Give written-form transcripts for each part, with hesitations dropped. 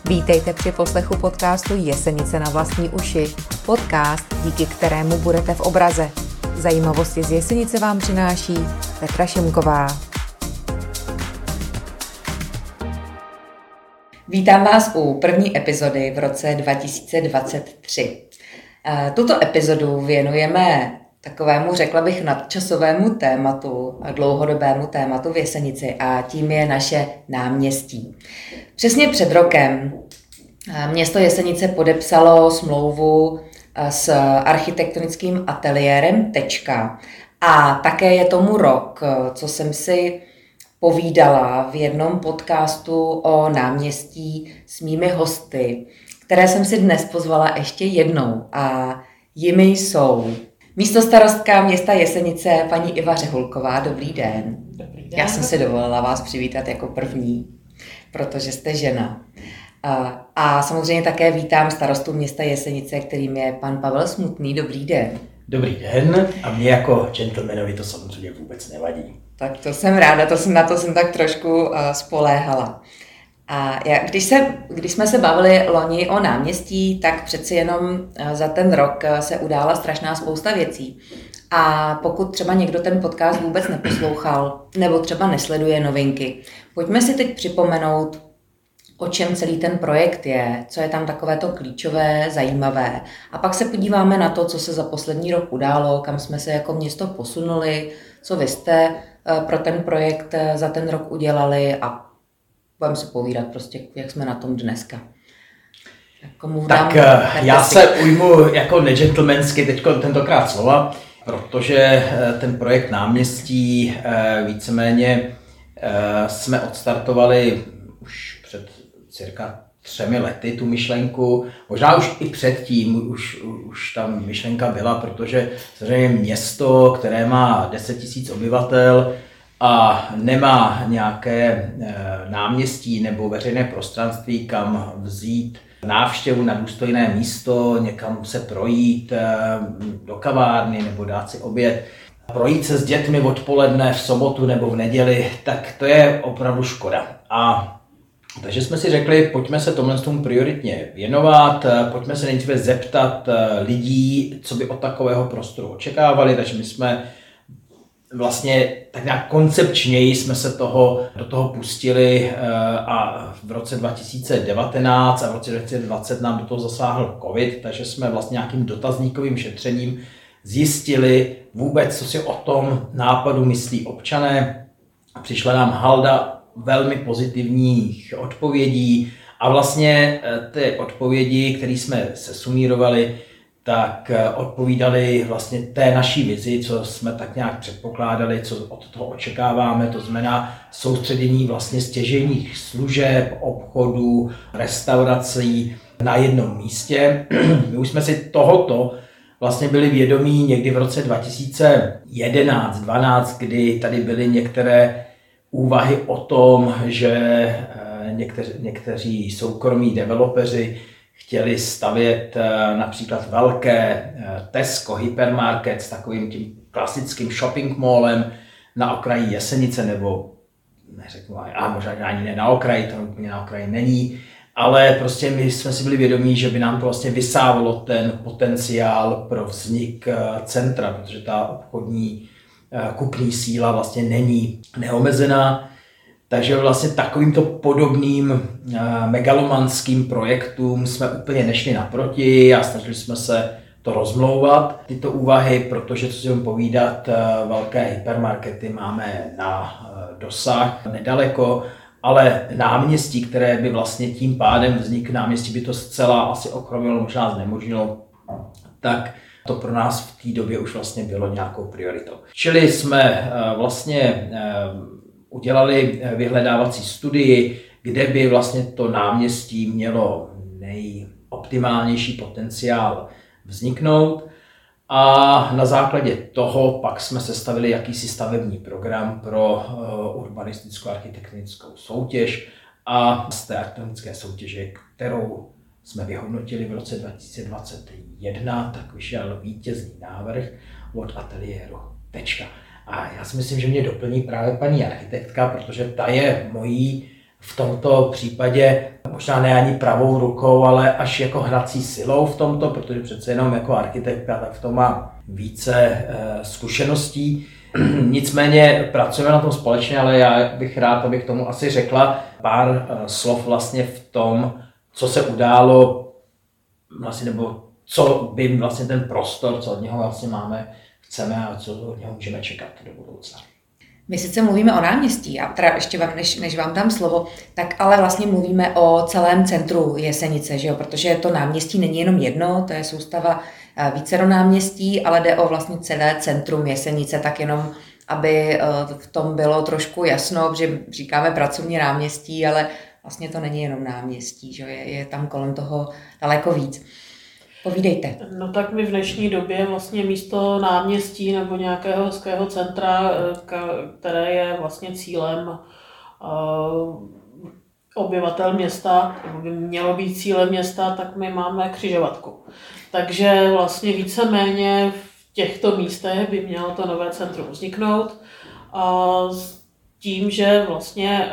Vítejte při poslechu podcastu Jesenice na vlastní uši. Podcast, díky kterému budete v obraze. Zajímavosti z Jesenice vám přináší Petra Šimková. Vítám vás u první epizody v roce 2023. Tuto epizodu věnujeme takovému, řekla bych, nadčasovému tématu, dlouhodobému tématu v Jesenici a tím je naše náměstí. Přesně před rokem město Jesenice podepsalo smlouvu s architektonickým ateliérem Tečka a také je tomu rok, co jsem si povídala v jednom podcastu o náměstí s mými hosty, které jsem si dnes pozvala ještě jednou a jimi jsou místostarostka města Jesenice, paní Iva Řehulková. Dobrý den. Dobrý den. Já jsem si dovolila vás přivítat jako první, protože jste žena. A samozřejmě také vítám starostu města Jesenice, kterým je pan Pavel Smutný. Dobrý den. Dobrý den a mě jako gentlemanovi to samozřejmě vůbec nevadí. Tak to jsem ráda, na to jsem tak trošku spoléhala. A když jsme se bavili loni o náměstí, tak přeci jenom za ten rok se udála strašná spousta věcí. A pokud třeba někdo ten podcast vůbec neposlouchal, nebo třeba nesleduje novinky, pojďme si teď připomenout, o čem celý ten projekt je, co je tam takové to klíčové, zajímavé. A pak se podíváme na to, co se za poslední rok událo, kam jsme se jako město posunuli, co vy jste pro ten projekt za ten rok udělali a budeme se povídat prostě, jak jsme na tom dneska. Tak já se ujmu jako negentlemensky tentokrát slova, protože ten projekt náměstí víceméně jsme odstartovali už před cirka 3 lety tu myšlenku, možná už i předtím už tam myšlenka byla, protože samozřejmě město, které má 10 000 obyvatel a nemá nějaké náměstí nebo veřejné prostranství, kam vzít návštěvu na důstojné místo, někam se projít do kavárny nebo dát si oběd, projít se s dětmi odpoledne v sobotu nebo v neděli, tak to je opravdu škoda. Takže jsme si řekli, pojďme se tomhle tomu prioritně věnovat, pojďme se nejdříve zeptat lidí, co by od takového prostoru očekávali, takže my jsme vlastně tak nějak koncepčněji jsme se do toho pustili a v roce 2019 a v roce 2020 nám do toho zasáhl covid, takže jsme vlastně nějakým dotazníkovým šetřením zjistili vůbec, co si o tom nápadu myslí občané. Přišla nám halda velmi pozitivních odpovědí a vlastně ty odpovědi, které jsme sesumírovali, tak odpovídali vlastně té naší vizi, co jsme tak nějak předpokládali, co od toho očekáváme, to znamená soustředění vlastně stěžejních služeb, obchodů, restaurací na jednom místě. My už jsme si tohoto vlastně byli vědomí někdy v roce 2011-12, kdy tady byly některé úvahy o tom, že někteří soukromí developeři chtěli stavět například velké Tesco, hypermarket s takovým tím klasickým shopping mallem na okraji Jesenice, nebo neřeknu, možná ani ne na okraji, to úplně na okraji není, ale prostě my jsme si byli vědomí, že by nám to vlastně vysávalo ten potenciál pro vznik centra, protože ta obchodní kupní síla vlastně není neomezená. Takže vlastně takovýmto podobným megalomanským projektům jsme úplně nešli naproti a snažili jsme se to rozmlouvat, tyto úvahy, protože, co si budeme povídat, velké hypermarkety máme na dosah nedaleko, ale náměstí, které by vlastně tím pádem vznik náměstí by to zcela asi ochromilo, možná znemožnilo, tak to pro nás v té době už vlastně bylo nějakou prioritou. Čili jsme vlastně udělali vyhledávací studii, kde by vlastně to náměstí mělo nejoptimálnější potenciál vzniknout a na základě toho pak jsme sestavili jakýsi stavební program pro urbanistickou architektonickou soutěž a z té architektonické soutěže, kterou jsme vyhodnotili v roce 2021, tak vyšel vítězný návrh od ateliéru Tečka. A já si myslím, že mě doplní právě paní architektka, protože ta je mojí v tomto případě možná ne ani pravou rukou, ale až jako hnací silou v tomto, protože přece jenom jako architektka tak v tom má více zkušeností. Nicméně pracujeme na tom společně, ale já bych rád, abych k tomu asi řekla pár slov vlastně v tom, co se událo, vlastně, nebo co by vlastně ten prostor, co od něho vlastně chceme a co od něho můžeme čekat do budoucna. My sice mluvíme o náměstí, a teda ještě než vám dám slovo, tak ale vlastně mluvíme o celém centru Jesenice, že jo? Protože to náměstí není jenom jedno, to je soustava vícero náměstí, ale jde o vlastně celé centrum Jesenice, tak jenom, aby v tom bylo trošku jasno, že říkáme pracovní náměstí, ale vlastně to není jenom náměstí, že je tam kolem toho daleko víc. Povídejte. No tak my v dnešní době vlastně místo náměstí nebo nějakého hezkého centra, které je vlastně cílem obyvatel města, nebo by mělo být cílem města, tak my máme křižovatku. Takže vlastně víceméně v těchto místech by mělo to nové centrum vzniknout s tím, že vlastně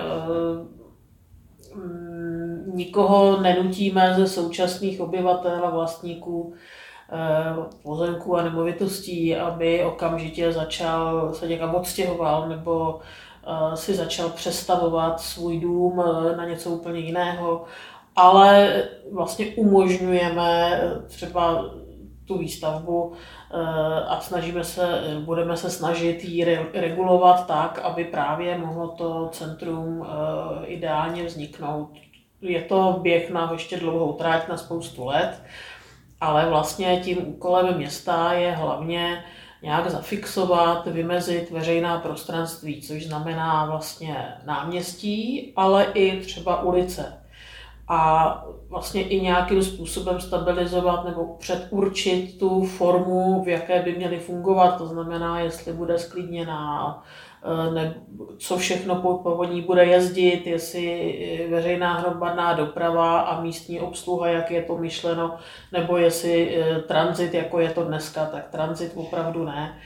nikoho nenutíme ze současných obyvatel a vlastníků pozemků a nemovitostí, aby okamžitě se někam odstěhoval nebo si začal přestavovat svůj dům na něco úplně jiného, ale vlastně umožňujeme třeba tu výstavbu a budeme se snažit ji regulovat tak, aby právě mohlo to centrum ideálně vzniknout. Je to běh na ještě dlouhou tráť na spoustu let, ale vlastně tím úkolem města je hlavně nějak zafixovat, vymezit veřejná prostranství, což znamená vlastně náměstí, ale i třeba ulice. A vlastně i nějakým způsobem stabilizovat nebo předurčit tu formu, v jaké by měly fungovat, to znamená, jestli bude sklidněná, co všechno po ní bude jezdit, jestli veřejná hromadná doprava a místní obsluha, jak je to myšleno, nebo jestli tranzit, jako je to dneska, tak tranzit opravdu ne.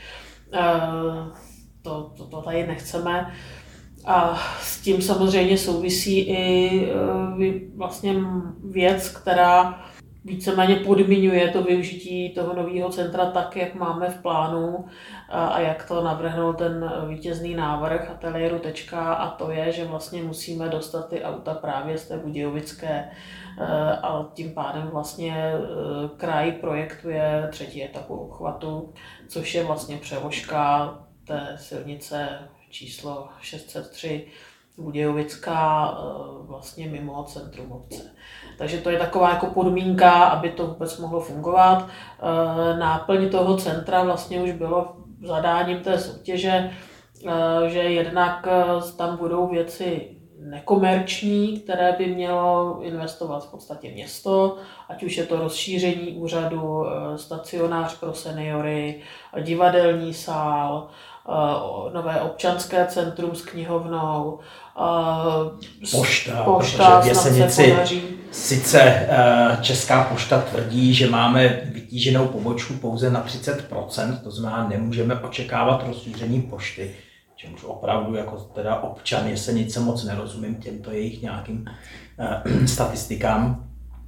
To tady nechceme. A s tím samozřejmě souvisí i vlastně věc, která víceméně podmiňuje to využití toho nového centra tak, jak máme v plánu a jak to navrhnul ten vítězný návrh ateliéru Tečka, a to je, že vlastně musíme dostat ty auta právě z té Budějovické a tím pádem vlastně kraj projektuje 3. etapu obchvatu, což je vlastně přeložka té silnice číslo 603 Budějovická vlastně mimo centrum obce. Takže to je taková jako podmínka, aby to vůbec mohlo fungovat. Náplň toho centra vlastně už bylo zadáním té soutěže, že jednak tam budou věci nekomerční, které by mělo investovat v podstatě město, ať už je to rozšíření úřadu, stacionář pro seniory, divadelní sál, nové občanské centrum s knihovnou, pošta, protože v Jesenici sice Česká pošta tvrdí, že máme vytíženou pobočku pouze na 30%, to znamená, nemůžeme očekávat rozšíření pošty, čemuž opravdu jako teda občan Jesenice moc nerozumím těmto jejich nějakým statistikám.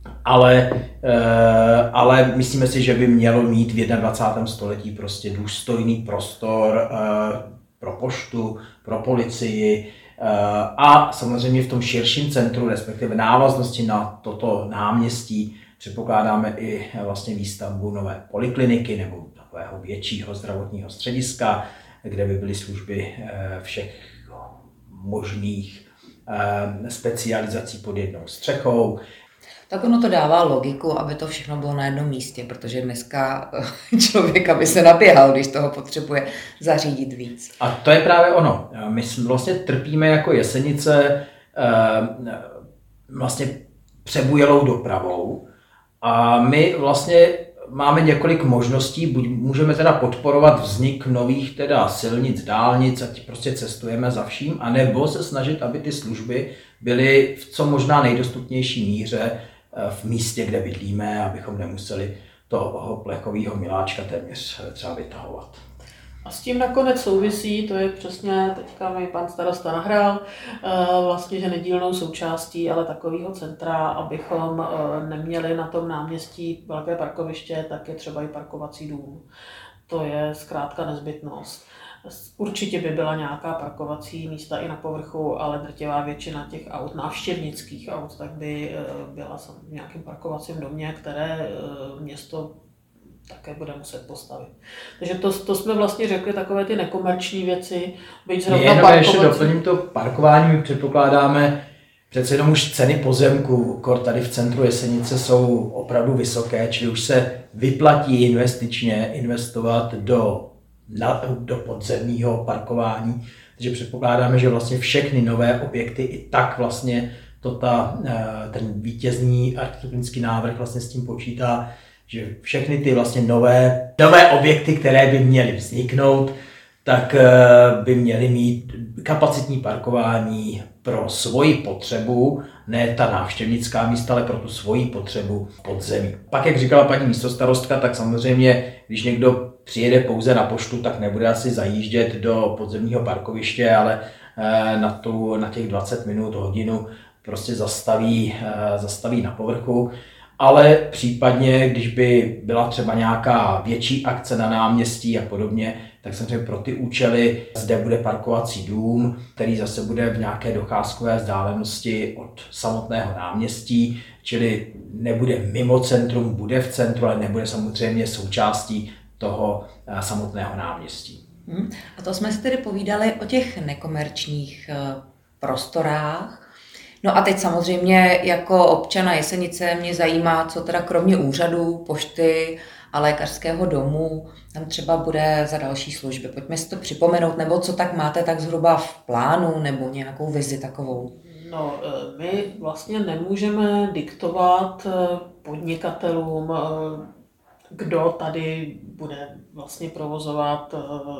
Ale myslíme si, že by mělo mít v 21. století prostě důstojný prostor pro poštu, pro policii a samozřejmě v tom širším centru, respektive návaznosti na toto náměstí, předpokládáme i vlastně výstavbu nové polikliniky nebo takového většího zdravotního střediska, kde by byly služby všech možných specializací pod jednou střechou. Tak ono to dává logiku, aby to všechno bylo na jednom místě, protože dneska člověk, aby se naběhal, když toho potřebuje zařídit víc. A to je právě ono. My vlastně trpíme jako Jesenice vlastně přebujelou dopravou a my vlastně máme několik možností, buď můžeme teda podporovat vznik nových teda silnic, dálnic, ať prostě cestujeme za vším, anebo se snažit, aby ty služby byly v co možná nejdostupnější míře v místě, kde bydlíme, abychom nemuseli toho plechového miláčka téměř třeba vytahovat. A s tím nakonec souvisí, to je přesně, teďka mi pan starosta nahrál, vlastně, že nedílnou součástí, ale takového centra, abychom neměli na tom náměstí velké parkoviště, tak je třeba i parkovací dům. To je zkrátka nezbytnost. Určitě by byla nějaká parkovací místa i na povrchu, ale drtivá většina těch aut, návštěvnických aut, tak by byla v nějakém parkovacím domě, které město také bude muset postavit. Takže to jsme vlastně řekli takové ty nekomerční věci, byť zrovna parkovací. Ještě doplním to parkování, my předpokládáme, přece jenom už ceny pozemků, tady v centru Jesenice jsou opravdu vysoké, čili už se vyplatí investičně investovat do podzemního parkování. Takže předpokládáme, že vlastně všechny nové objekty i tak vlastně ten vítězný architektonický návrh vlastně s tím počítá, že všechny ty vlastně nové objekty, které by měly vzniknout, tak by měly mít kapacitní parkování pro svoji potřebu, ne ta návštěvnická místa, ale pro tu svoji potřebu podzemí. Pak, jak říkala paní místostarostka, tak samozřejmě, když někdo přijede pouze na poštu, tak nebude asi zajíždět do podzemního parkoviště, ale na těch 20 minut, hodinu prostě zastaví na povrchu. Ale případně, když by byla třeba nějaká větší akce na náměstí a podobně, tak samozřejmě pro ty účely zde bude parkovací dům, který zase bude v nějaké docházkové vzdálenosti od samotného náměstí, čili nebude mimo centrum, bude v centru, ale nebude samozřejmě součástí toho samotného náměstí. A to jsme si tedy povídali o těch nekomerčních prostorách. No a teď samozřejmě jako občana Jesenice mě zajímá, co teda kromě úřadu, pošty a lékařského domu tam třeba bude za další služby. Pojďme si to připomenout, nebo co tak máte tak zhruba v plánu, nebo nějakou vizi takovou? No, my vlastně nemůžeme diktovat podnikatelům, kdo tady bude vlastně provozovat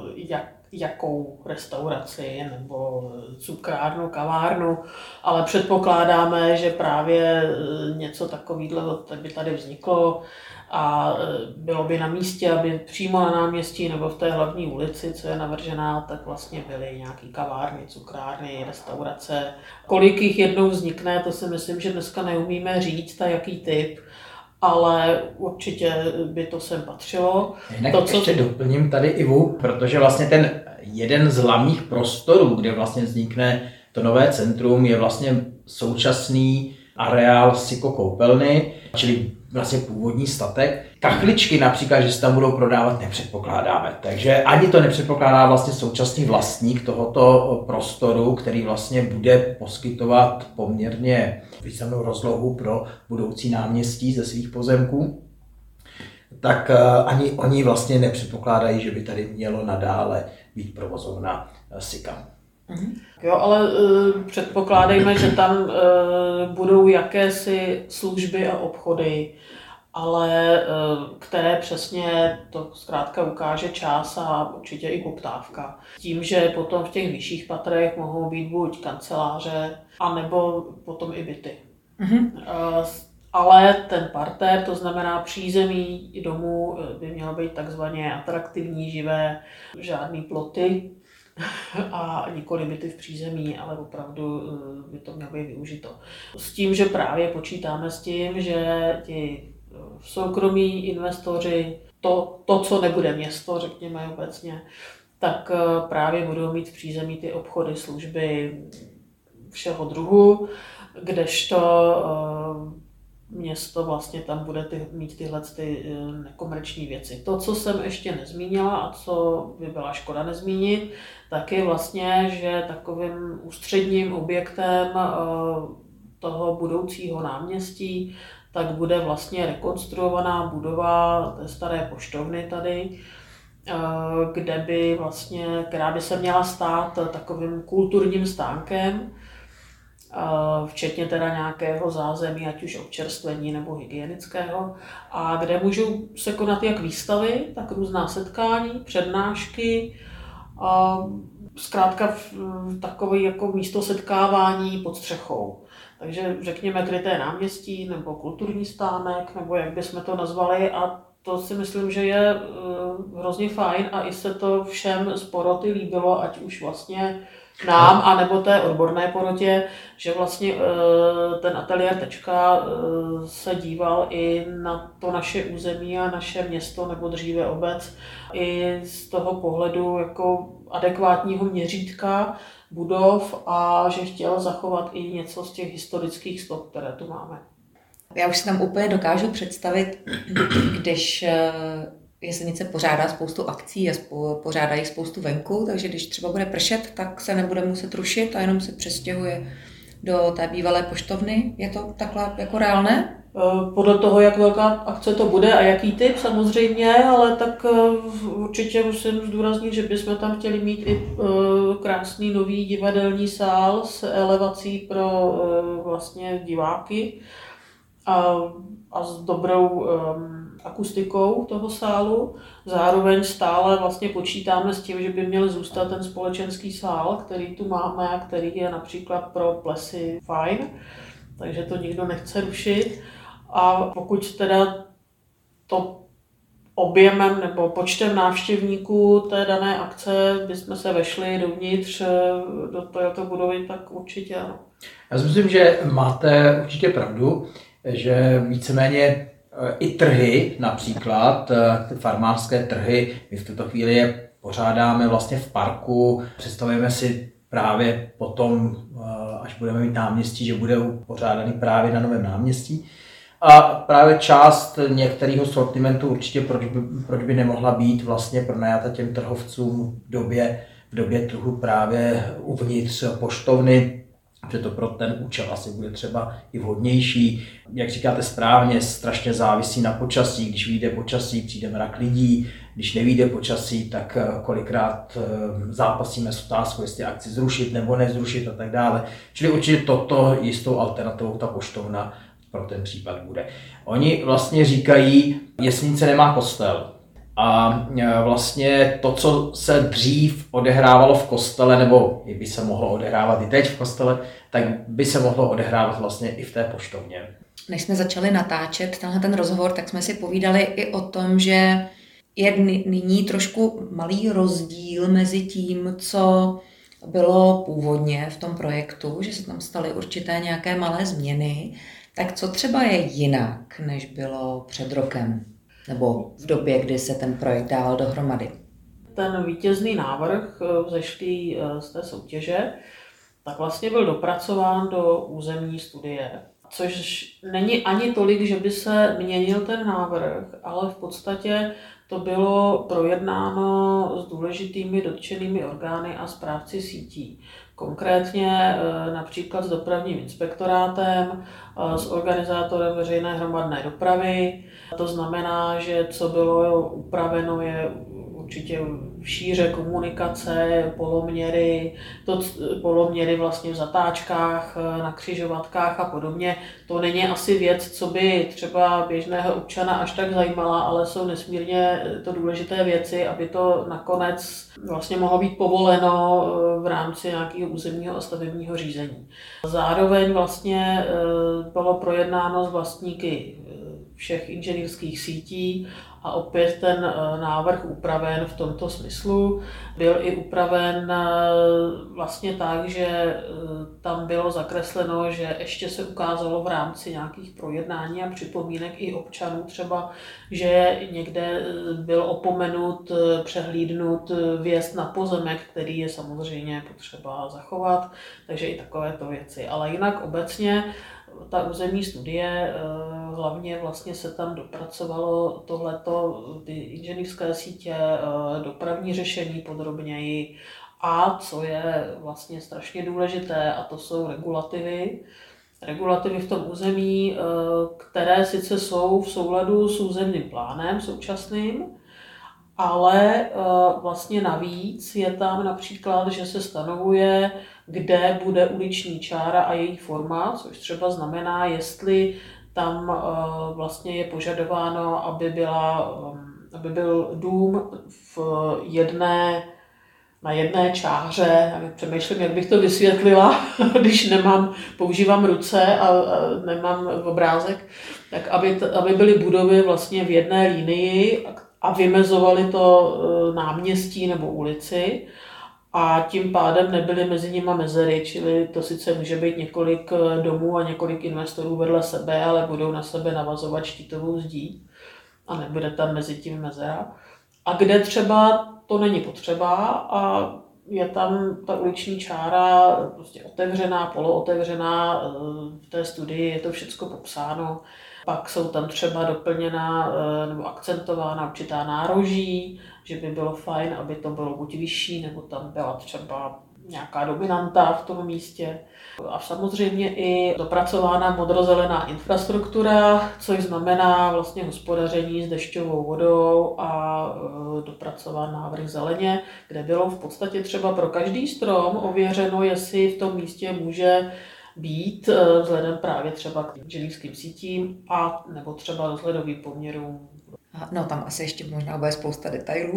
jakou restauraci nebo cukrárnu, kavárnu, ale předpokládáme, že právě něco takového by tady vzniklo a bylo by na místě, aby přímo na náměstí nebo v té hlavní ulici, co je navržená, tak vlastně byly nějaké kavárny, cukrárny, restaurace. Kolik jich jednou vznikne, to si myslím, že dneska neumíme říct, a jaký typ, ale určitě by to sem patřilo. Jinak ještě doplním tady Ivu, protože vlastně ten jeden z hlavních prostorů, kde vlastně vznikne to nové centrum, je vlastně současný areál Siko koupelny, čili vlastně původní statek. Kachličky například, že se tam budou prodávat, nepředpokládáme. Takže ani to nepředpokládá vlastně současný vlastník tohoto prostoru, který vlastně bude poskytovat poměrně významnou rozlohu pro budoucí náměstí ze svých pozemků. Tak ani oni vlastně nepředpokládají, že by tady mělo nadále být provozovna Sika. Jo, ale předpokládejme, že tam budou jakési služby a obchody, ale které přesně to zkrátka ukáže čas a určitě i poptávka. Tím, že potom v těch vyšších patrech mohou být buď kanceláře, anebo potom i byty. Ale ten parter, to znamená přízemí domu, by mělo být takzvaně atraktivní, živé, žádný ploty a nikoli byty v přízemí, ale opravdu by to mělo být využito. S tím, že právě počítáme s tím, že ti soukromí investoři, to, co nebude město, řekněme obecně, tak právě budou mít v přízemí ty obchody, služby všeho druhu, kdežto město vlastně tam bude mít tyhle nekomerční věci. To, co jsem ještě nezmínila a co by byla škoda nezmínit, tak je vlastně, že takovým ústředním objektem toho budoucího náměstí tak bude vlastně rekonstruovaná budova té staré poštovny tady, kde by vlastně, která by se měla stát takovým kulturním stánkem, včetně teda nějakého zázemí, ať už občerstvení nebo hygienického, a kde můžou se konat jak výstavy, tak různá setkání, přednášky, zkrátka takové jako místo setkávání pod střechou. Takže řekněme kryté náměstí nebo kulturní stánek, nebo jak bychom to nazvali, a to si myslím, že je hrozně fajn a i se to všem z poroty líbilo, ať už vlastně nám, anebo té odborné porotě, že vlastně ten ateliér Tečka se díval i na to naše území a naše město nebo dříve obec i z toho pohledu jako adekvátního měřítka budov a že chtěl zachovat i něco z těch historických stop, které tu máme. Já už si tam úplně dokážu představit, když Jesenice pořádá spoustu akcí a pořádá jich spoustu venku, takže když třeba bude pršet, tak se nebude muset rušit a jenom se přestěhuje do té bývalé poštovny. Je to takhle jako reálné? Podle toho, jak velká akce to bude a jaký typ samozřejmě, ale tak určitě musím zdůraznit, že bychom tam chtěli mít i krásný nový divadelní sál s elevací pro vlastně diváky a s dobrou akustikou toho sálu. Zároveň stále vlastně počítáme s tím, že by měl zůstat ten společenský sál, který tu máme a který je například pro plesy fajn, takže to nikdo nechce rušit. A pokud teda to objemem nebo počtem návštěvníků té dané akce bychom se vešli dovnitř do této budovy, tak určitě ano. Já si myslím, že máte určitě pravdu, že víceméně i trhy, například ty farmářské trhy, my v tuto chvíli je pořádáme vlastně v parku, představujeme si právě potom, až budeme mít náměstí, že bude pořádaný právě na Novém náměstí. A právě část některého sortimentu určitě proč by nemohla být vlastně pronajata těm trhovcům v době trhu právě uvnitř poštovny, že to pro ten účel asi bude třeba i vhodnější. Jak říkáte správně, strašně závisí na počasí. Když vyjde počasí, přijde mrak lidí. Když nevyjde počasí, tak kolikrát zápasíme s otázkou, jestli akci zrušit nebo nezrušit a tak dále. Čili určitě toto jistou alternativou ta poštovna pro ten případ bude. Oni vlastně říkají, Jesenice nemá kostel. A vlastně to, co se dřív odehrávalo v kostele, nebo by se mohlo odehrávat i teď v kostele, tak by se mohlo odehrávat vlastně i v té poštovně. Než jsme začali natáčet ten rozhovor, tak jsme si povídali i o tom, že je nyní trošku malý rozdíl mezi tím, co bylo původně v tom projektu, že se tam staly určité nějaké malé změny, tak co třeba je jinak, než bylo před rokem? Nebo v době, kdy se ten projekt dával dohromady. Ten vítězný návrh vzešlý z té soutěže, tak vlastně byl dopracován do územní studie, což není ani tolik, že by se měnil ten návrh, ale v podstatě to bylo projednáno s důležitými dotčenými orgány a správci sítí. Konkrétně například s dopravním inspektorátem, s organizátorem veřejné hromadné dopravy. To znamená, že co bylo upraveno je určitě šíře komunikace, poloměry vlastně v zatáčkách, na křižovatkách a podobně. To není asi věc, co by třeba běžného občana až tak zajímala, ale jsou nesmírně to důležité věci, aby to nakonec vlastně mohlo být povoleno v rámci nějakého územního a stavebního řízení. Zároveň vlastně bylo projednáno s vlastníky všech inženýrských sítí a opět ten návrh upraven v tomto smyslu. Byl i upraven vlastně tak, že tam bylo zakresleno, že ještě se ukázalo v rámci nějakých projednání a připomínek i občanů třeba, že někde byl opomenut, přehlídnut vjezd na pozemek, který je samozřejmě potřeba zachovat, takže i takovéto věci. Ale jinak obecně ta územní studie, hlavně vlastně se tam dopracovalo tohleto, ty inženýrské sítě, dopravní řešení podrobněji a co je vlastně strašně důležité, a to jsou regulativy. Regulativy v tom území, které sice jsou v souladu s územním plánem současným, ale vlastně navíc je tam například, že se stanovuje, kde bude uliční čára a její forma, což třeba znamená, jestli tam vlastně je požadováno, aby byl dům v jedné na jedné čáře, a přemýšlím, jak bych to vysvětlila, když používám ruce a nemám obrázek, tak aby byly budovy vlastně v jedné linii a vymezovaly to náměstí nebo ulici a tím pádem nebyly mezi nimi mezery, čili to sice může být několik domů a několik investorů vedle sebe, ale budou na sebe navazovat štítovou zdí a nebude tam mezi tím mezera. A kde třeba to není potřeba a je tam ta uliční čára prostě otevřená, polootevřená, v té studii je to všechno popsáno. Pak jsou tam třeba doplněná nebo akcentována určitá nároží, že by bylo fajn, aby to bylo buď vyšší, nebo tam byla třeba nějaká dominanta v tom místě. A samozřejmě i dopracována modrozelená infrastruktura, což znamená vlastně hospodaření s dešťovou vodou a dopracován návrh zeleně, kde bylo v podstatě třeba pro každý strom ověřeno, jestli v tom místě může být vzhledem právě třeba k inženýrským sítím a nebo třeba rozhledovým poměrům. No tam asi ještě možná bude spousta detailů,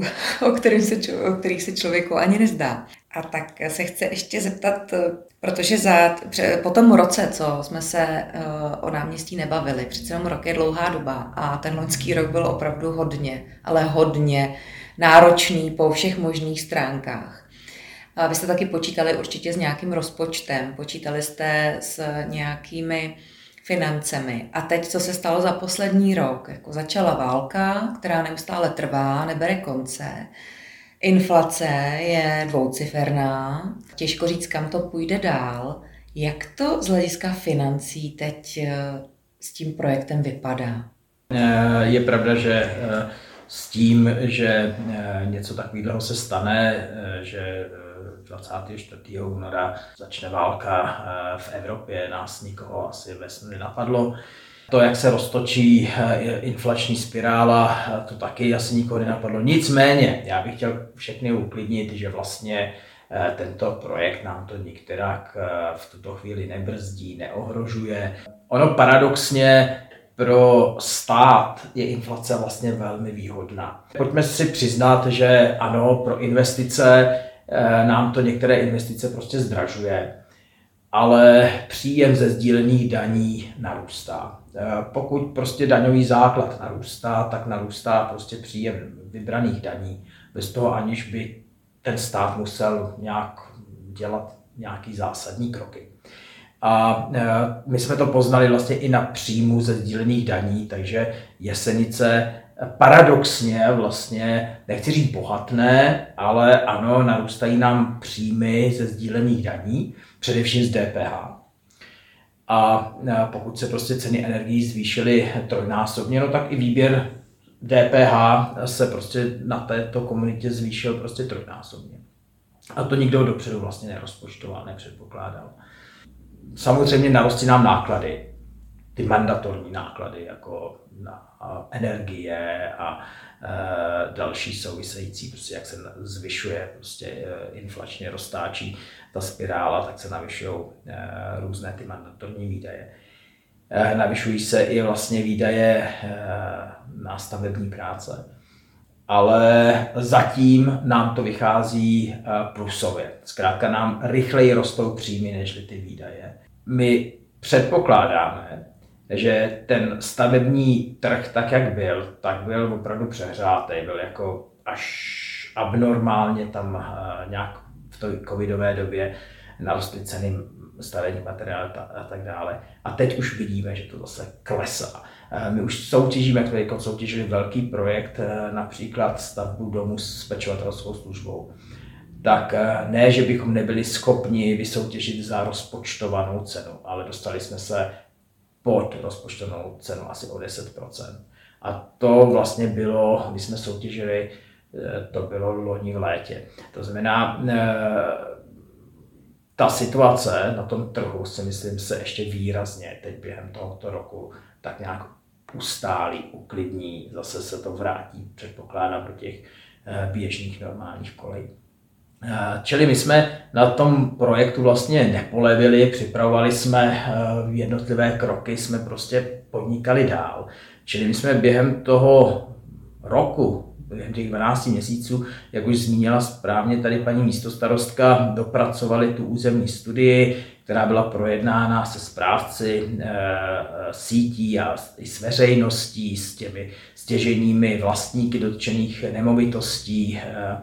o kterých se člověku ani nezdá. A tak se chci ještě zeptat, protože po tom roce, co jsme se o náměstí nebavili, přece jenom rok je dlouhá doba a ten loňský rok byl opravdu hodně náročný po všech možných stránkách. Vy jste taky počítali určitě s nějakým rozpočtem, počítali jste s nějakými financemi. A teď, co se stalo za poslední rok? Jako začala válka, která neustále trvá, nebere konce. Inflace je dvouciferná. Těžko říct, kam to půjde dál. Jak to z hlediska financí teď s tím projektem vypadá? Je pravda, že s tím, že něco takového se stane, že 24. února začne válka v Evropě, nás nikoho asi ve snu nenapadlo. To, jak se roztočí inflační spirála, to taky asi nikoho nenapadlo. Nicméně, já bych chtěl všechny uklidnit, že vlastně tento projekt nám to nikterak v tuto chvíli nebrzdí, neohrožuje. Ono paradoxně pro stát je inflace vlastně velmi výhodná. Pojďme si přiznat, že ano, pro investice nám to některé investice prostě zdražuje, ale příjem ze sdílených daní narůstá. Pokud prostě daňový základ narůstá, tak narůstá prostě příjem vybraných daní, bez toho aniž by ten stát musel nějak dělat nějaký zásadní kroky. A my jsme to poznali vlastně i na příjmu ze sdílených daní, takže Jesenice paradoxně vlastně, nechci říct bohatné, ale ano, narůstají nám příjmy ze sdílených daní, především z DPH. A pokud se prostě ceny energií zvýšily trojnásobně, no tak i výběr DPH se prostě na této komunitě zvýšil prostě trojnásobně. A to nikdo dopředu vlastně nerozpočtoval, nepředpokládal. Samozřejmě narostly nám náklady, ty mandatorní náklady, jako na energie a další související, prostě jak se zvyšuje, prostě inflačně roztáčí ta spirála, tak se navyšují různé ty mandatorní výdaje. Navyšují se i vlastně výdaje na stavební práce. Ale zatím nám to vychází plusově. Zkrátka nám rychleji rostou příjmy než ty výdaje. My předpokládáme, že ten stavební trh, tak jak byl, tak byl opravdu přehřátý, byl jako až abnormálně tam nějak v té covidové době narostly ceny stavebních materiálů a tak dále. A teď už vidíme, že to zase klesá. My už soutěžíme, jako soutěžili velký projekt, například stavbu domu s pečovatelskou službou. Tak ne, že bychom nebyli schopni vysoutěžit za rozpočtovanou cenu, ale dostali jsme se pod rozpočtovanou cenu asi o 10%. A to vlastně bylo, když jsme soutěžili, to bylo loni v létě. To znamená, ta situace na tom trhu si myslím se ještě výrazně teď během tohoto roku tak nějak ustálí, uklidní, zase se to vrátí, předpokládám, do těch běžných normálních kolejí. Čili my jsme na tom projektu vlastně nepolevili, připravovali jsme jednotlivé kroky, jsme prostě podnikali dál. Čili my jsme během toho roku během těch 12 měsíců, jak už zmínila správně tady paní místostarostka, dopracovali tu územní studii, která byla projednána se správci sítí a i s veřejností, s těmi stěžejními vlastníky dotčených nemovitostí.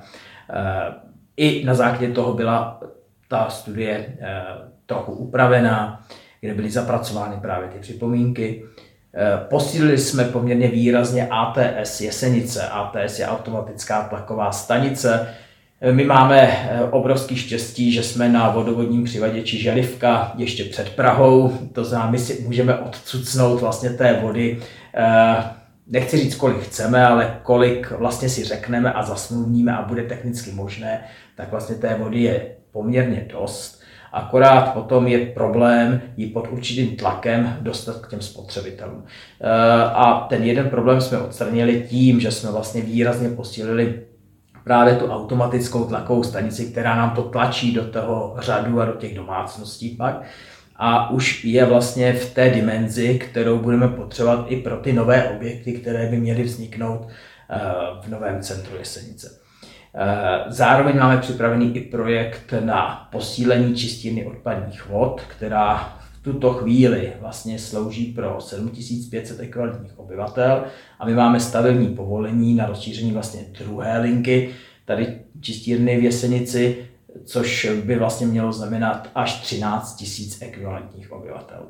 I na základě toho byla ta studie trochu upravená, kde byly zapracovány právě ty připomínky. Posílili jsme poměrně výrazně ATS Jesenice. ATS je automatická tlaková stanice. My máme obrovský štěstí, že jsme na vodovodním přivaděči Želivka ještě před Prahou. To znamená, my si můžeme odcucnout vlastně té vody, nechci říct, kolik chceme, ale kolik vlastně si řekneme a zasmluvníme a bude technicky možné, tak vlastně té vody je poměrně dost. Akorát potom je problém ji pod určitým tlakem dostat k těm spotřebitelům. A ten jeden problém jsme odstranili tím, že jsme vlastně výrazně posílili právě tu automatickou tlakovou stanici, která nám to tlačí do toho řadu a do těch domácností pak. A už je vlastně v té dimenzi, kterou budeme potřebovat i pro ty nové objekty, které by měly vzniknout v novém centru Jesenice. Zároveň máme připravený i projekt na posílení čistírny odpadních vod, která v tuto chvíli vlastně slouží pro 7500 ekvivalentních obyvatel a my máme stavební povolení na rozšíření vlastně druhé linky tady čistírny v Jesenici, což by vlastně mělo znamenat až 13 000 ekvivalentních obyvatel.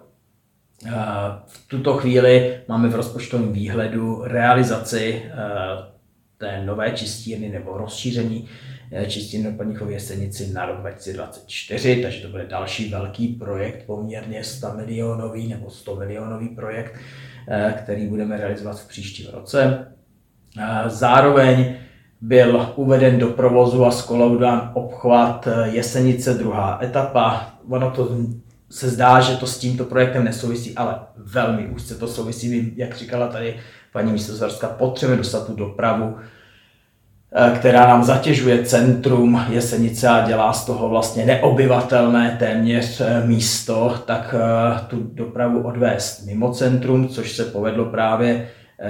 V tuto chvíli máme v rozpočtovém výhledu realizaci té nové čistírny nebo rozšíření čistírny odpadních v Jesenici na rok 2024, takže to bude další velký projekt, poměrně 100 milionový nebo 100 milionový projekt, který budeme realizovat v příštím roce. Zároveň byl uveden do provozu a zkolaudován obchvat Jesenice, druhá etapa. Ono to se zdá, že to s tímto projektem nesouvisí, ale velmi úzce to souvisí, jak říkala tady paní místostarostka, potřebujeme dostat tu dopravu, která nám zatěžuje centrum Jesenice a dělá z toho vlastně neobyvatelné téměř místo, tak tu dopravu odvést mimo centrum, což se povedlo právě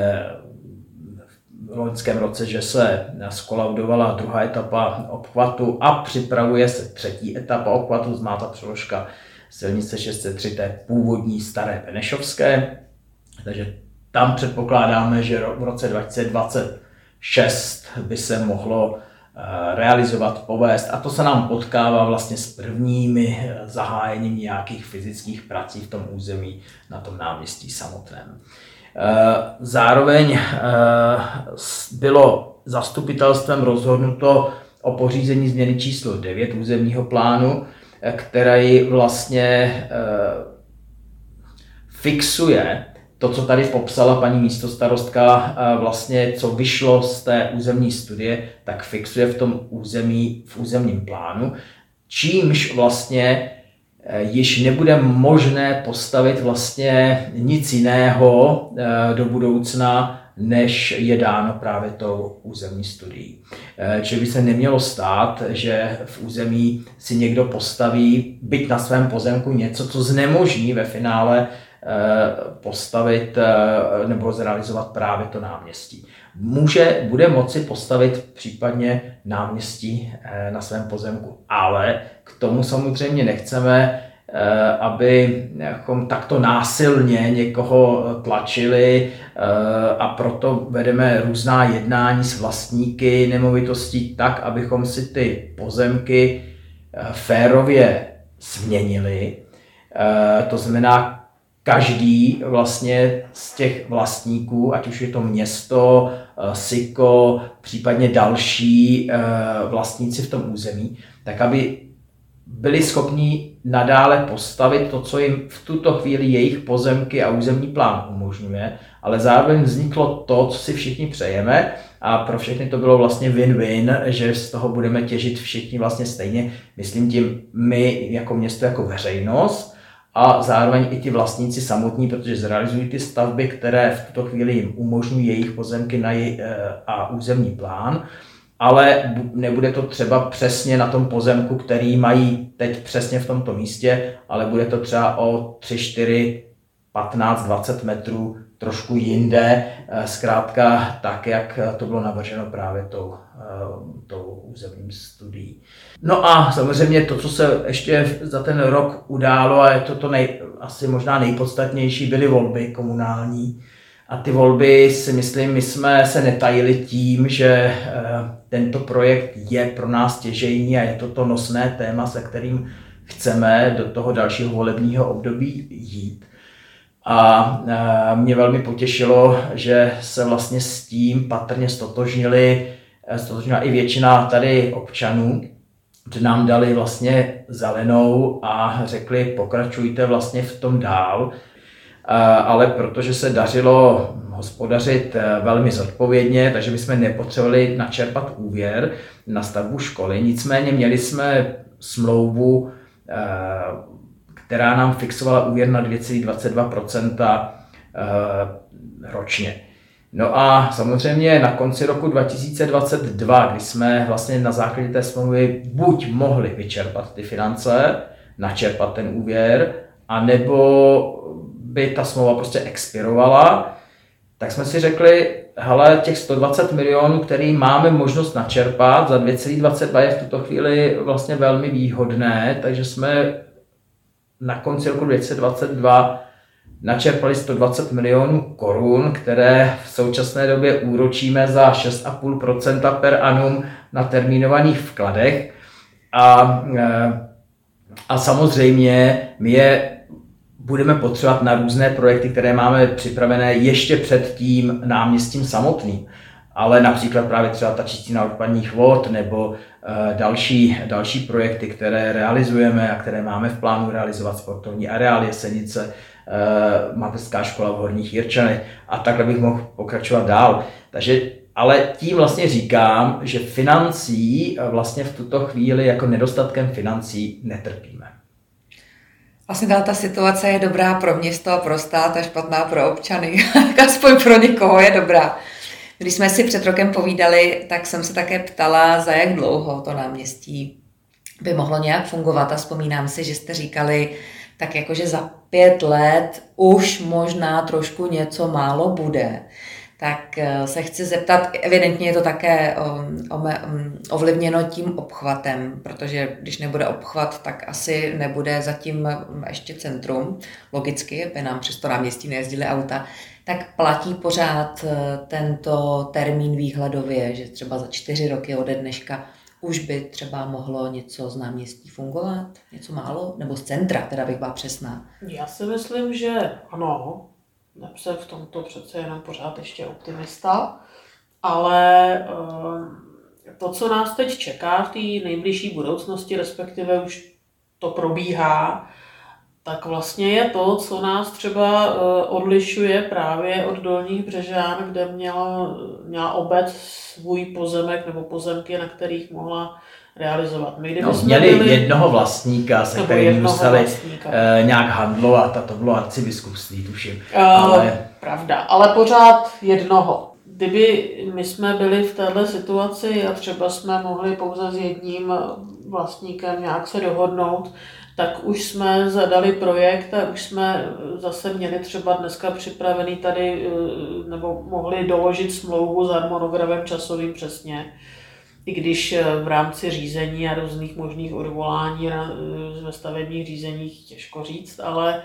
v loňském roce, že se zkolaudovala druhá etapa obchvatu a připravuje se třetí etapa obchvatu, zná ta přeložka silnice 603, té původní staré Benešovské. Takže tam předpokládáme, že v roce 2026 by se mohlo realizovat, povést a to se nám potkává vlastně s prvními zahájením nějakých fyzických prací v tom území na tom náměstí samotném. Zároveň bylo zastupitelstvem rozhodnuto o pořízení změny číslo 9 územního plánu, který vlastně fixuje to, co tady popsala paní místostarostka, vlastně co vyšlo z té územní studie, tak fixuje v tom územním plánu, čímž vlastně již nebude možné postavit vlastně nic jiného do budoucna, než je dáno právě tou územní studií. Čili by se nemělo stát, že v území si někdo postaví, byť na svém pozemku, něco, co znemožní ve finále postavit nebo zrealizovat právě to náměstí. Bude moci postavit případně náměstí na svém pozemku, ale k tomu samozřejmě nechceme, abychom takto násilně někoho tlačili a proto vedeme různá jednání s vlastníky nemovitostí tak, abychom si ty pozemky férově změnili. To znamená, každý vlastně z těch vlastníků, ať už je to město, SIKO, případně další vlastníci v tom území, tak aby byli schopni nadále postavit to, co jim v tuto chvíli jejich pozemky a územní plán umožňuje, ale zároveň vzniklo to, co si všichni přejeme a pro všechny to bylo vlastně win-win, že z toho budeme těžit všichni vlastně stejně, myslím tím my jako město, jako veřejnost, a zároveň i ti vlastníci samotní, protože zrealizují ty stavby, které v tuto chvíli jim umožňují jejich pozemky a územní plán, ale nebude to třeba přesně na tom pozemku, který mají teď přesně v tomto místě, ale bude to třeba o 3-4 15-20 metrů trošku jinde, zkrátka tak, jak to bylo navrženo právě tou územním studií. No a samozřejmě to, co se ještě za ten rok událo, a je to asi možná nejpodstatnější, byly volby komunální. A ty volby si myslím, my jsme se netajili tím, že tento projekt je pro nás stěžejní a je to nosné téma, se kterým chceme do toho dalšího volebního období jít. A mě velmi potěšilo, že se vlastně s tím patrně stotožnila i většina tady občanů, že nám dali vlastně zelenou a řekli, pokračujte vlastně v tom dál. Ale protože se dařilo hospodařit velmi zodpovědně, takže bychom nepotřebovali načerpat úvěr na stavbu školy. Nicméně měli jsme smlouvu, která nám fixovala úvěr na 2,22% ročně. No a samozřejmě na konci roku 2022, kdy jsme vlastně na základě té smlouvy buď mohli vyčerpat ty finance, načerpat ten úvěr, anebo by ta smlouva prostě expirovala, tak jsme si řekli, hele, těch 120 milionů, který máme možnost načerpat za 2,22 je v tuto chvíli vlastně velmi výhodné, takže jsme na konci roku 2022 načerpali 120 milionů korun, které v současné době úročíme za 6,5% per annum na termínovaných vkladech. A samozřejmě my je budeme potřebovat na různé projekty, které máme připravené ještě před tím náměstím samotným. Ale například právě třeba ta čistina odpadních vod nebo další projekty, které realizujeme a které máme v plánu realizovat, sportovní areál Jesenice, mateřská škola v Horních Jirčanech a takhle bych mohl pokračovat dál. Takže, ale tím vlastně říkám, že financí vlastně v tuto chvíli jako nedostatkem financí netrpíme. Vlastně ta situace je dobrá pro město a pro stát a špatná pro občany. Aspoň pro někoho je dobrá. Když jsme si před rokem povídali, tak jsem se také ptala, za jak dlouho to náměstí by mohlo nějak fungovat. A vzpomínám si, že jste říkali, tak jakože za 5 let už možná trošku něco málo bude. Tak se chci zeptat, evidentně je to také ovlivněno tím obchvatem, protože když nebude obchvat, tak asi nebude zatím ještě centrum. Logicky, by nám přes to náměstí nejezdily auta. Tak platí pořád tento termín výhledově, že třeba za 4 roky ode dneška už by třeba mohlo něco z náměstí fungovat? Něco málo? Nebo z centra, teda bych byla přesná. Já si myslím, že ano. Jsem v tomto přece jenom pořád ještě optimista, ale to, co nás teď čeká v té nejbližší budoucnosti, respektive už to probíhá, tak vlastně je to, co nás třeba odlišuje právě od Dolních Břežán, kde měla obec svůj pozemek nebo pozemky, na kterých mohla realizovat. Měli jednoho vlastníka, se kterým museli nějak handlovat, a to bylo arcibiskupství, tuším. Pravda, ale pořád jednoho. Kdyby my jsme byli v této situaci a třeba jsme mohli pouze s jedním vlastníkem nějak se dohodnout, tak už jsme zadali projekt a už jsme zase měli třeba dneska připravený tady, nebo mohli doložit smlouvu s harmonogramem časovým přesně. I když v rámci řízení a různých možných odvolání ve stavebních řízeních těžko říct, ale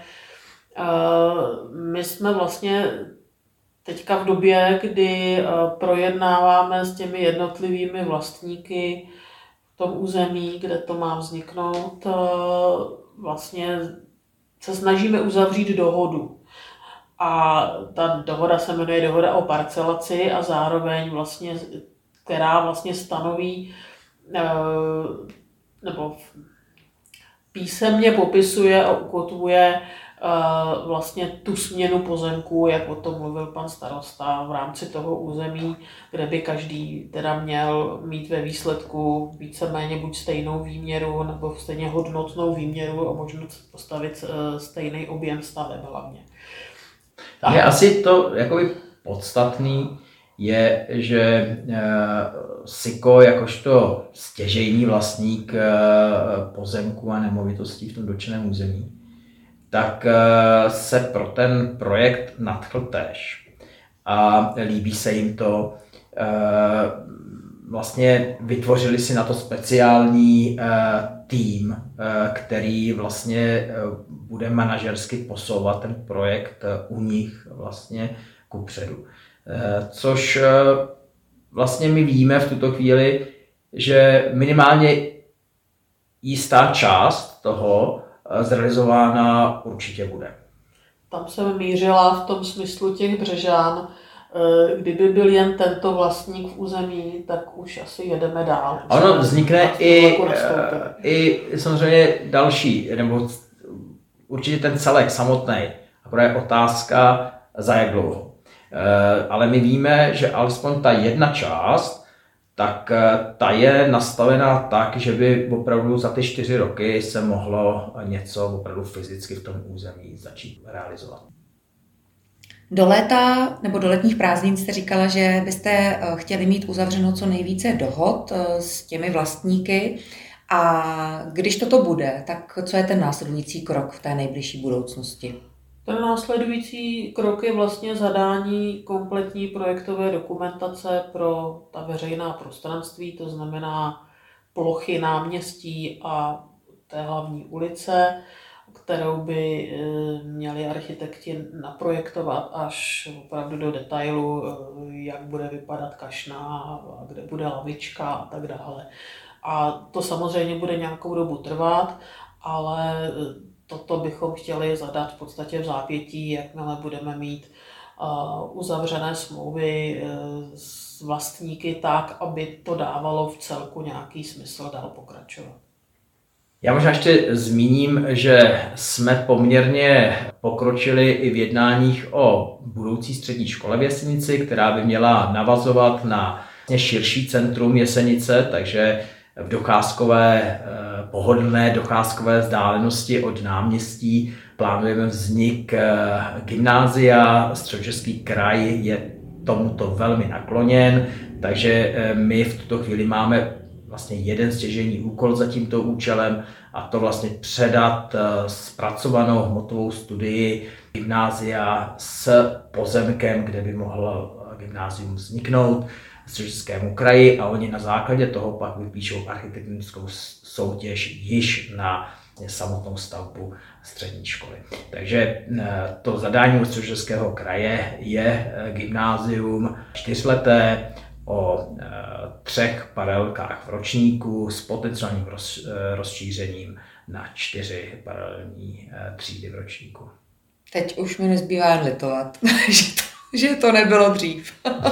my jsme vlastně teďka v době, kdy projednáváme s těmi jednotlivými vlastníky v tom území, kde to má vzniknout, vlastně se snažíme uzavřít dohodu. A ta dohoda se jmenuje dohoda o parcelaci a zároveň vlastně která vlastně stanoví nebo písemně popisuje a ukotvuje vlastně tu směnu pozemků, jak o tom mluvil pan starosta, v rámci toho území, kde by každý teda měl mít ve výsledku víceméně buď stejnou výměru nebo stejně hodnotnou výměru a možnost postavit stejný objem staveb hlavně. Je asi to jakoby podstatný, je, že SIKO jakožto stěžejní vlastník pozemků a nemovitostí v tom dotčeném území, tak se pro ten projekt nadchl též. A líbí se jim to. Vlastně vytvořili si na to speciální tým, který vlastně bude manažersky posouvat ten projekt u nich vlastně kupředu. Což vlastně my víme v tuto chvíli, že minimálně jistá část toho zrealizována určitě bude. Tam jsem mířila v tom smyslu těch Břežan. Kdyby byl jen tento vlastník v území, tak už asi jedeme dál. Ono vznikne i samozřejmě další, nebo určitě ten celek samotný. Akorát je otázka, za jak dlouho. Ale my víme, že alespoň ta jedna část, tak ta je nastavená tak, že by opravdu za ty 4 roky se mohlo něco opravdu fyzicky v tom území začít realizovat. Do léta nebo do letních prázdnin jste říkala, že byste chtěli mít uzavřeno co nejvíce dohod s těmi vlastníky. A když toto bude, tak co je ten následující krok v té nejbližší budoucnosti? Ten následující krok je vlastně zadání kompletní projektové dokumentace pro ta veřejná prostranství, to znamená plochy náměstí a té hlavní ulice, kterou by měli architekti naprojektovat až opravdu do detailu, jak bude vypadat kašna, kde bude lavička a tak dále. A to samozřejmě bude nějakou dobu trvat, ale toto bychom chtěli zadat v podstatě v zápětí, jakmile budeme mít uzavřené smlouvy s vlastníky tak, aby to dávalo v celku nějaký smysl dál pokračovat. Já možná ještě zmíním, že jsme poměrně pokročili i v jednáních o budoucí střední škole v Jesenici, která by měla navazovat na širší centrum Jesenice, takže v pohodlné docházkové vzdálenosti od náměstí plánujeme vznik gymnázia. Středočeský kraj je tomuto velmi nakloněn, takže my v tuto chvíli máme vlastně jeden stěžejní úkol za tímto účelem, a to vlastně předat zpracovanou hmotovou studii gymnázia s pozemkem, kde by mohlo gymnázium vzniknout v Středočeskému kraji, a oni na základě toho pak vypíšou architektonickou soutěž již na samotnou stavbu střední školy. Takže to zadání u Středočeského kraje je gymnázium 4leté o 3 paralelkách v ročníku s potenciálním rozšířením na 4 paralelní třídy v ročníku. Teď už mi nezbývá jen litovat, že to nebylo dřív.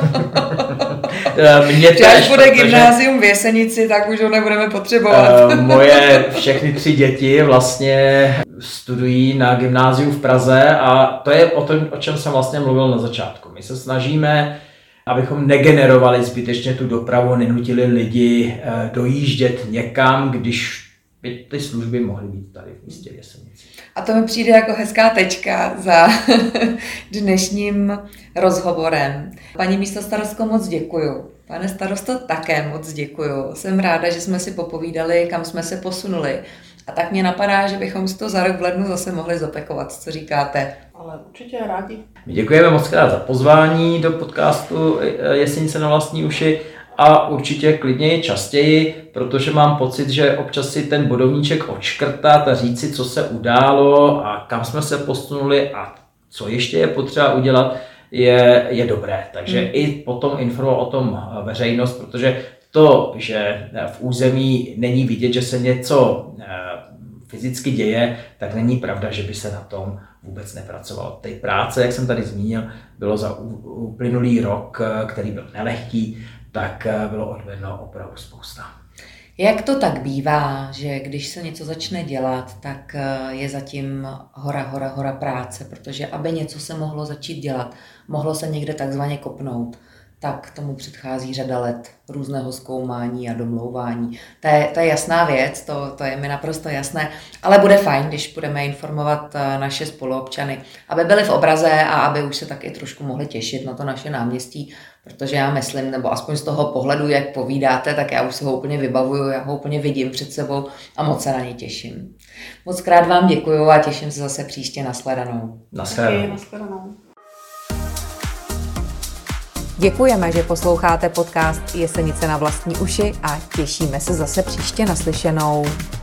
Až bude gymnázium v Jesenici, tak už ho nebudeme potřebovat. Moje všechny 3 děti vlastně studují na gymnáziu v Praze, a to je o tom, o čem jsem vlastně mluvil na začátku. My se snažíme, abychom negenerovali zbytečně tu dopravu, nenutili lidi dojíždět někam, když by ty služby mohly být tady v místě Jesenici. A to mi přijde jako hezká tečka za dnešním rozhovorem. Paní místostarostko, moc děkuju. Pane starosto, také moc děkuju. Jsem ráda, že jsme si popovídali, kam jsme se posunuli. A tak mě napadá, že bychom si to za rok v lednu zase mohli zopakovat. Co říkáte? Ale určitě rádi. My děkujeme moc krát za pozvání do podcastu Jesenice na vlastní uši, a určitě klidněji častěji, protože mám pocit, že občas si ten bodovníček odškrtat a říct si, co se událo a kam jsme se posunuli a co ještě je potřeba udělat, je dobré. Takže i potom informovat o tom veřejnost, protože to, že v území není vidět, že se něco fyzicky děje, tak není pravda, že by se na tom vůbec nepracovalo. Té práce, jak jsem tady zmínil, bylo za uplynulý rok, který byl nelehký, tak bylo odvedeno opravdu spousta. Jak to tak bývá, že když se něco začne dělat, tak je zatím hora práce, protože aby něco se mohlo začít dělat, mohlo se někde takzvaně kopnout, tak tomu předchází řada let různého zkoumání a domlouvání. To je jasná věc, to je mi naprosto jasné, ale bude fajn, když budeme informovat naše spoluobčany, aby byli v obraze a aby už se taky trošku mohli těšit na to naše náměstí, Protože já myslím, nebo aspoň z toho pohledu, jak povídáte, tak já už si ho úplně vybavuju, já ho úplně vidím před sebou a moc se na něj těším. Moc krát vám děkuju a těším se zase příště. Nashledanou. Nashledanou. Děkujeme, že posloucháte podcast Jesenice na vlastní uši a těšíme se zase příště naslyšenou.